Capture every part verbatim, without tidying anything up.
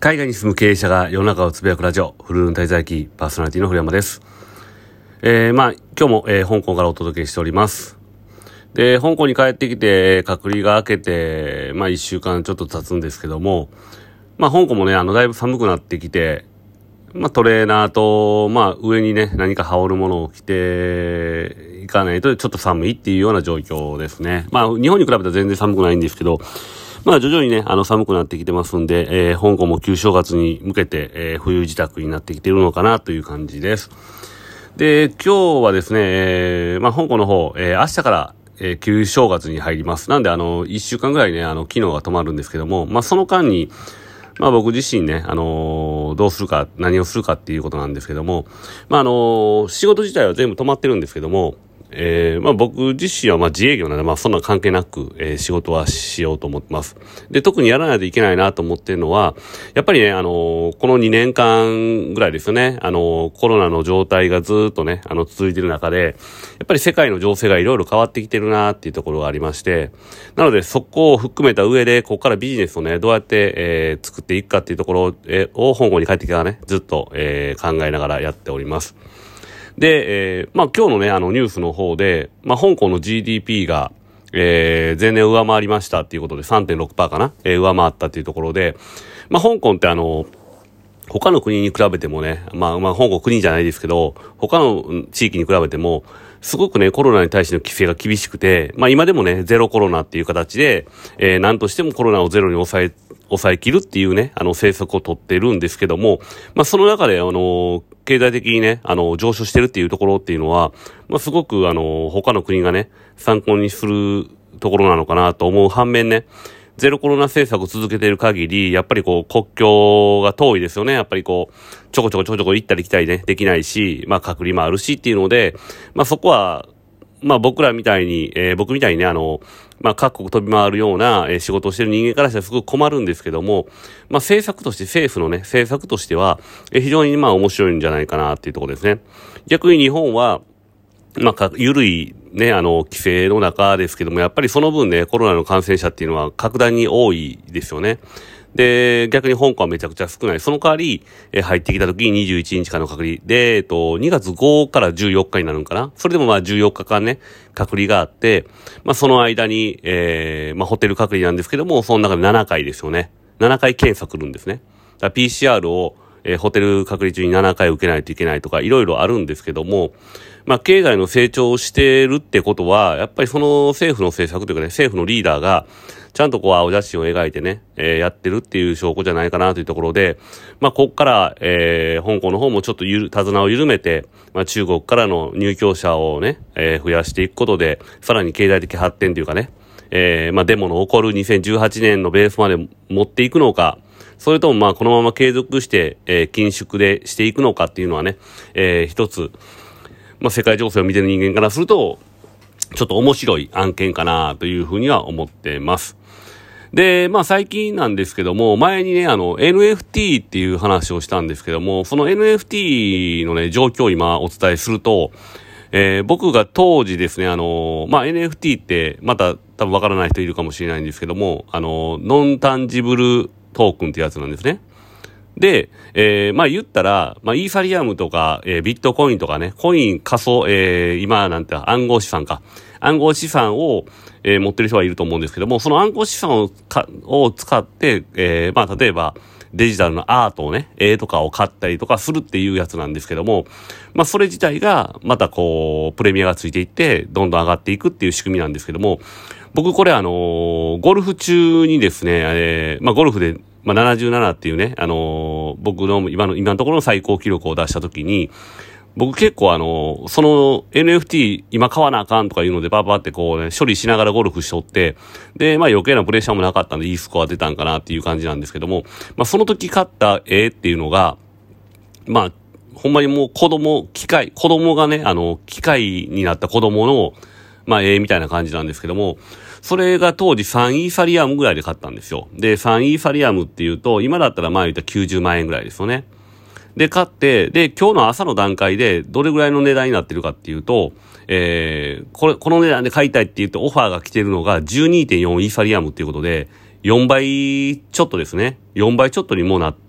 海外に住む経営者が世の中をつぶやくラジオ、フルーン滞在記パーソナリティの古山です。えー、まあ今日も、えー、香港からお届けしております。で、香港に帰ってきて隔離が明けてまあ一週間ちょっと経つんですけども、まあ香港もねあのだいぶ寒くなってきて、まあトレーナーとまあ上にね何か羽織るものを着ていかないとちょっと寒いっていうような状況ですね。まあ日本に比べたら全然寒くないんですけど。まあ徐々にね、あの寒くなってきてますんで、えー、香港も旧正月に向けて、えー、冬支度になってきているのかなという感じです。で、今日はですね、えー、まあ香港の方、えー、明日から、えー、旧正月に入ります。なんであの、一週間ぐらいね、あの、機能が止まるんですけども、まあその間に、まあ僕自身ね、あのー、どうするか、何をするかっていうことなんですけども、まああのー、仕事自体は全部止まってるんですけども、えー、まあ僕自身はまあ自営業なので、まあそんな関係なく、えー、仕事はしようと思ってます。で、特にやらないといけないなと思ってるのは、やっぱりね、あのー、このにねんかんぐらいですよね、あのー、コロナの状態がずっとね、あの、続いてる中で、やっぱり世界の情勢がいろいろ変わってきてるなっていうところがありまして、なのでそこを含めた上で、ここからビジネスをね、どうやって、えー、作っていくかっていうところを、えー、を香港に帰ってきたらね、ずっと、えー、考えながらやっております。で、えー、まあ今日のね、あのニュースの方で、まあ香港の ジーディーピー が、えー、前年上回りましたっていうことで さんてんろくパーセント かな、えー、上回ったっていうところで、まあ香港ってあの、他の国に比べてもね、まあまあ香港国じゃないですけど、他の地域に比べても、すごくね、コロナに対しての規制が厳しくて、まあ今でもね、ゼロコロナっていう形で、えー、なんとしてもコロナをゼロに抑え、抑え切るっていうね、あの政策を取ってるんですけども、まあその中で、あの、経済的にね、あの、上昇してるっていうところっていうのは、まあすごく、あの、他の国がね、参考にするところなのかなと思う反面ね、ゼロコロナ政策を続けている限り、やっぱりこう、国境が遠いですよね。やっぱりこう、ちょこちょこちょこちょこ行ったり来たりね、できないし、まあ隔離もあるしっていうので、まあそこは、まあ僕らみたいに、えー、僕みたいにね、あの、まあ各国飛び回るような、えー、仕事をしている人間からしたらすごく困るんですけども、まあ政策として、政府のね、政策としては、えー、非常にまあ面白いんじゃないかなっていうところですね。逆に日本は、まあ、緩いね、あの、規制の中ですけども、やっぱりその分ね、コロナの感染者っていうのは格段に多いですよね。で、逆に香港はめちゃくちゃ少ない。その代わり、え入ってきた時ににじゅういちにちかんの隔離。で、えっと、にがつごからじゅうよっかになるんかな。それでもまあじゅうよっかかんね、隔離があって、まあその間に、えー、まあホテル隔離なんですけども、その中でななかいですよね。ななかい検査来るんですね。だから ピーシーアール を、えー、ホテル隔離中にななかい受けないといけないとか、いろいろあるんですけども、まあ、経済の成長をしてるってことは、やっぱりその政府の政策というかね、政府のリーダーが、ちゃんとこう青写真を描いてね、えー、やってるっていう証拠じゃないかなというところで、まあ、こっから、えー、香港の方もちょっとゆる、手綱を緩めて、まあ、中国からの入居者をね、えー、増やしていくことで、さらに経済的発展というかね、えー、まあ、デモの起こるにせんじゅうはちねんのベースまで持っていくのか、それともまあ、このまま継続して、えー、緊縮でしていくのかっていうのはね、えー、一つ、まあ、世界情勢を見てる人間からすると、ちょっと面白い案件かなというふうには思ってます。で、まあ最近なんですけども、前にね、あの エヌエフティー っていう話をしたんですけども、その エヌエフティー のね、状況を今お伝えすると、えー、僕が当時ですね、あの、まあ エヌエフティー ってまた多分わからない人いるかもしれないんですけども、あの、ノンタンジブルトークンってやつなんですね。で、えー、まあ言ったら、まあイーサリアムとか、えー、ビットコインとかね、コイン仮想、えー、今なんて暗号資産か。暗号資産を、えー、持ってる人はいると思うんですけども、その暗号資産をか、を使って、えー、まあ例えばデジタルのアートをね、絵とかを買ったりとかするっていうやつなんですけども、まあそれ自体がまたこう、プレミアがついていって、どんどん上がっていくっていう仕組みなんですけども、僕これあのー、ゴルフ中にですね、えー、まあゴルフで、まあ、ななじゅうななっていうね、あのー、僕の今の、今のところの最高記録を出したときに、僕結構あのー、その エヌエフティー 今買わなあかんとかいうのでパーパーってこうね、処理しながらゴルフしとって、で、まあ余計なプレッシャーもなかったんでいいスコア出たんかなっていう感じなんですけども、まあその時買った絵っていうのが、まあ、ほんまにもう子供、機械、子供がね、あの、機械になった子供の、まあ絵みたいな感じなんですけども、それが当時さんイーサリアムぐらいで買ったんですよ。で、さんイーサリアムっていうと、今だったらまあ言ったらきゅうじゅうまんえんぐらいですよね。で、買って、で、今日の朝の段階でどれぐらいの値段になってるかっていうと、えー、これ、この値段で買いたいって言ってオファーが来てるのが じゅうにてんよん イーサリアムっていうことで、よんばいちょっとですね。よんばいちょっとにもなっ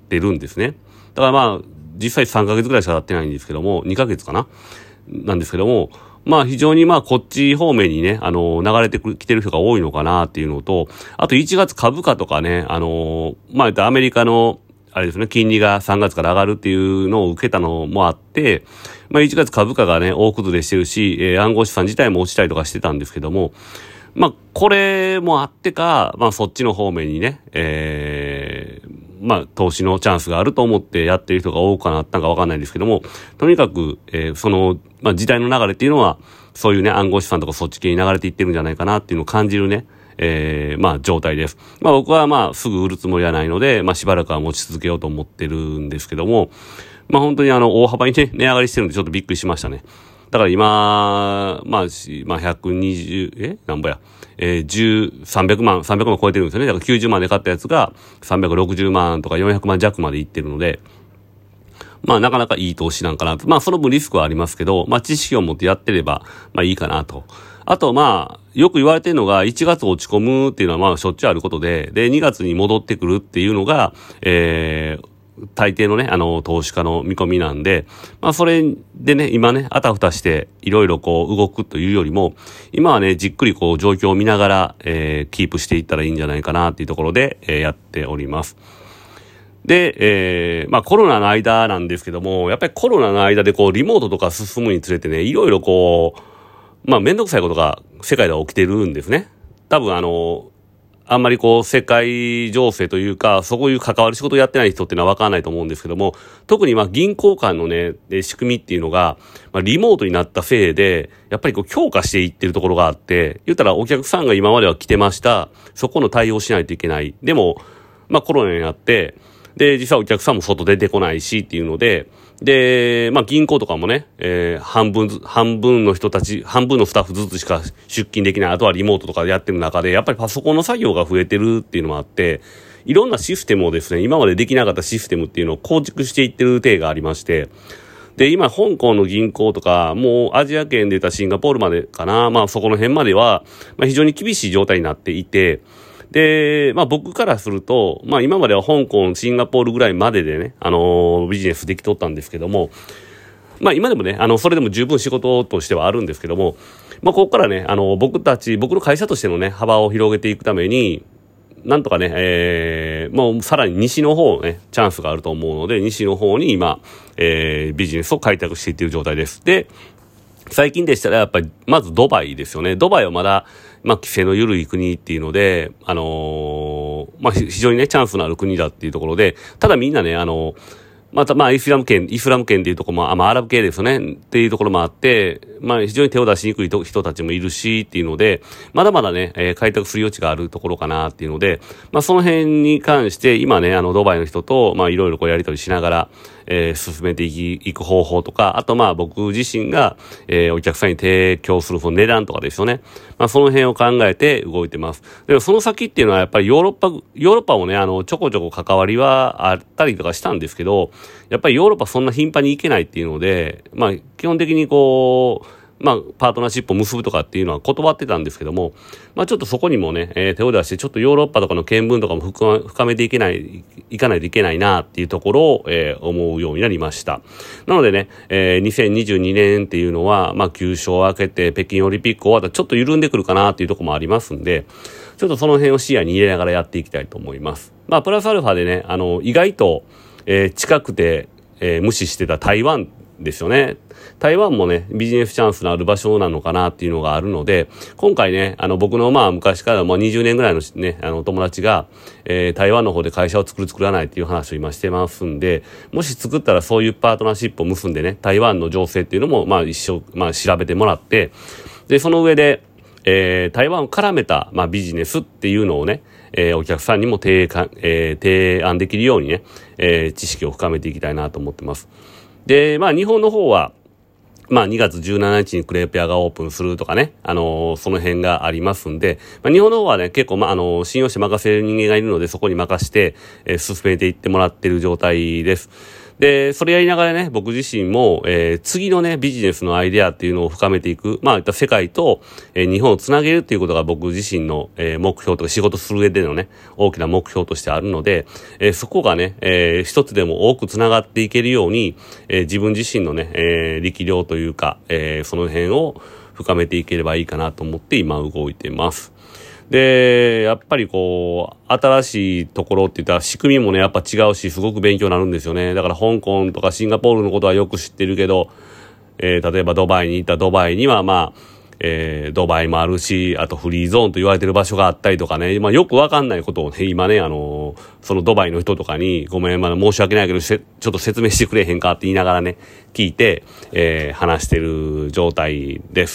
ってるんですね。だからまあ、実際さんかげつぐらいしか経ってないんですけども、にかげつかななんですけども、まあ非常にまあこっち方面にね、あの流れてきてる人が多いのかなっていうのと、あといちがつ株価とかね、あのまあアメリカのあれですね、金利がさんがつから上がるっていうのを受けたのもあって、まあいちがつ株価がね、大崩れしてるし、えー、暗号資産自体も落ちたりとかしてたんですけども、まあこれもあってか、まあそっちの方面にね、えー、まあ投資のチャンスがあると思ってやってる人が多くなったのかわかんないんですけども、とにかく、えー、その、まあ時代の流れっていうのは、そういうね、暗号資産とかそっち系に流れていってるんじゃないかなっていうのを感じるね、えー、まあ状態です。まあ僕はまあすぐ売るつもりはないので、まあしばらくは持ち続けようと思ってるんですけども、まあ本当にあの大幅にね、値上がりしてるんでちょっとびっくりしましたね。だから今、まあ、まあ、ひゃくにじゅう、えなんぼや。えー、じゅう、さんびゃくまん、さんびゃくまん超えてるんですよね。だからきゅうじゅうまんで買ったやつがさんびゃくろくじゅうまんとかよんひゃくまん弱までいってるので、まあ、なかなかいい投資なんかなと。まあ、その分リスクはありますけど、まあ、知識を持ってやってれば、まあ、いいかなと。あと、まあ、よく言われてるのが、いちがつ落ち込むっていうのは、まあ、しょっちゅうあることで、で、にがつに戻ってくるっていうのが、えー、大抵のね、あの、投資家の見込みなんで、まあ、それでね、今ね、あたふたして、いろいろこう、動くというよりも、今はね、じっくりこう、状況を見ながら、えー、キープしていったらいいんじゃないかな、っていうところで、えー、やっております。で、えー、まあ、コロナの間なんですけども、やっぱりコロナの間でこう、リモートとか進むにつれてね、いろいろこう、まあ、めんどくさいことが世界では起きてるんですね。多分あの、あんまりこう世界情勢というか、そういう関わる仕事をやってない人っていうのは分からないと思うんですけども、特にまあ銀行間のね、仕組みっていうのが、まあ、リモートになったせいで、やっぱりこう強化していってるところがあって、言ったらお客さんが今までは来てました、そこの対応しないといけない。でも、まあコロナになって、で、実はお客さんも外出てこないしっていうので、で、まあ銀行とかもね、えー、半分ず、半分の人たち、半分のスタッフずつしか出勤できない、あとはリモートとかでやってる中で、やっぱりパソコンの作業が増えてるっていうのもあって、いろんなシステムをですね、今までできなかったシステムっていうのを構築していってる体がありまして、で、今、香港の銀行とか、もうアジア圏で言ったシンガポールまでかな、まあそこの辺までは、まあ非常に厳しい状態になっていて、で、まあ僕からすると、まあ今までは香港、シンガポールぐらいまででね、あのー、ビジネスできとったんですけども、まあ今でもね、あの、それでも十分仕事としてはあるんですけども、まあここからね、あの、僕たち、僕の会社としてのね、幅を広げていくために、なんとかね、えー、もうさらに西の方ね、チャンスがあると思うので、西の方に今、えー、ビジネスを開拓していっている状態です。で、最近でしたらやっぱり、まずドバイですよね。ドバイはまだ、まあ、規制の緩い国っていうので、あのー、まあ、非常にね、チャンスのある国だっていうところで、ただみんなね、あのー、また、まあ、イスラム圏、イスラム圏っていうところも、あまあ、アラブ系ですよね、っていうところもあって、まあ、非常に手を出しにくい人たちもいるし、っていうので、まだまだね、えー、開拓する余地があるところかなっていうので、まあ、その辺に関して、今ね、あの、ドバイの人と、まあ、いろいろこうやり取りしながら、えー、進めていき、いく方法とか、あとまあ僕自身が、えー、お客さんに提供するその値段とかですよね。まあその辺を考えて動いてます。でもその先っていうのはやっぱりヨーロッパ、ヨーロッパもね、あの、ちょこちょこ関わりはあったりとかしたんですけど、やっぱりヨーロッパそんな頻繁に行けないっていうので、まあ基本的にこう、まあ、パートナーシップを結ぶとかっていうのは断ってたんですけども、まあちょっとそこにもね、えー、手を出して、ちょっとヨーロッパとかの見聞とかも深、深めていけない、いかないといけないなっていうところを、えー、思うようになりました。なのでね、えー、にせんにじゅうにねんっていうのは、まあ休賞を明けて北京オリンピック終わったらちょっと緩んでくるかなっていうところもありますんで、ちょっとその辺を視野に入れながらやっていきたいと思います。まあプラスアルファでね、あの、意外と、えー、近くて、えー、無視してた台湾ですよね。台湾もね、ビジネスチャンスのある場所なのかなっていうのがあるので、今回ね、あの僕のまあ昔からまあにじゅうねんぐらいのね、あの友達が、えー、台湾の方で会社を作る作らないっていう話を今してますんで、もし作ったらそういうパートナーシップを結んでね、台湾の情勢っていうのもまあ一生、まあ調べてもらって、で、その上で、えー、台湾を絡めた、まあ、ビジネスっていうのをね、えー、お客さんにも提案、えー、提案できるようにね、えー、知識を深めていきたいなと思ってます。で、まあ日本の方は、まあにがつじゅうしちにちにクレープ屋がオープンするとかね、あのー、その辺がありますんで、まあ日本の方はね、結構まああのー、信用して任せる人間がいるので、そこに任して、えー、進めていってもらってる状態です。 で、それやりながらね、僕自身も、えー、次のね、ビジネスのアイデアっていうのを深めていく。まあ、いった世界と、えー、日本をつなげるっていうことが僕自身の、えー、目標とか仕事する上でのね、大きな目標としてあるので、えー、そこがね、えー、一つでも多くつながっていけるように、えー、自分自身のね、えー、力量というか、えー、その辺を深めていければいいかなと思って今動いています。で、やっぱりこう、新しいところって言ったら仕組みもね、やっぱ違うし、すごく勉強になるんですよね。だから香港とかシンガポールのことはよく知ってるけど、えー、例えばドバイに行ったドバイにはまあ、えー、ドバイもあるし、あとフリーゾーンと言われてる場所があったりとかね、まあよくわかんないことをね、今ね、あのー、そのドバイの人とかに、ごめん、まだ申し訳ないけど、ちょっと説明してくれへんかって言いながらね、聞いて、えー、話してる状態です。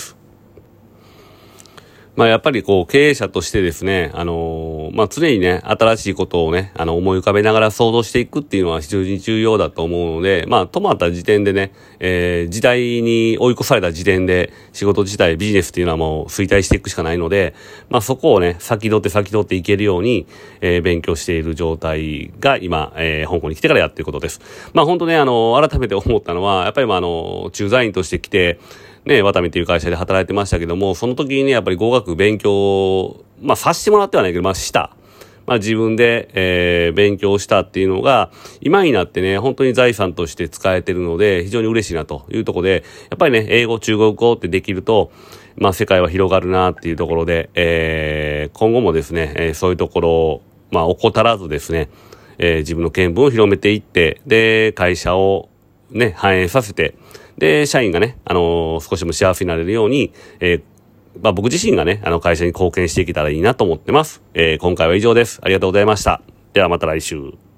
まあやっぱりこう経営者としてですね、あのー、まあ常にね、新しいことをね、あの思い浮かべながら想像していくっていうのは非常に重要だと思うので、まあ止まった時点でね、えー、時代に追い越された時点で仕事自体、ビジネスっていうのはもう衰退していくしかないので、まあそこをね、先取って先取っていけるように、えー、勉強している状態が今、えー、香港に来てからやってることです。まあ本当ね、あのー、改めて思ったのは、やっぱりまああのー、駐在員として来て、ね、ワタミっていう会社で働いてましたけども、その時にね、やっぱり語学勉強、まあさせてもらってはないけど、まあした。まあ自分で、えー、勉強したっていうのが、今になってね、本当に財産として使えてるので、非常に嬉しいなというところで、やっぱりね、英語、中国語ってできると、まあ世界は広がるなっていうところで、えー、今後もですね、えー、そういうところを、まあ怠らずですね、えー、自分の見聞を広めていって、で、会社をね、反映させて、で、社員がね、あのー、少しでも幸せになれるように、えー、まあ僕自身がね、あの会社に貢献していけたらいいなと思ってます。えー、今回は以上です。ありがとうございました。ではまた来週。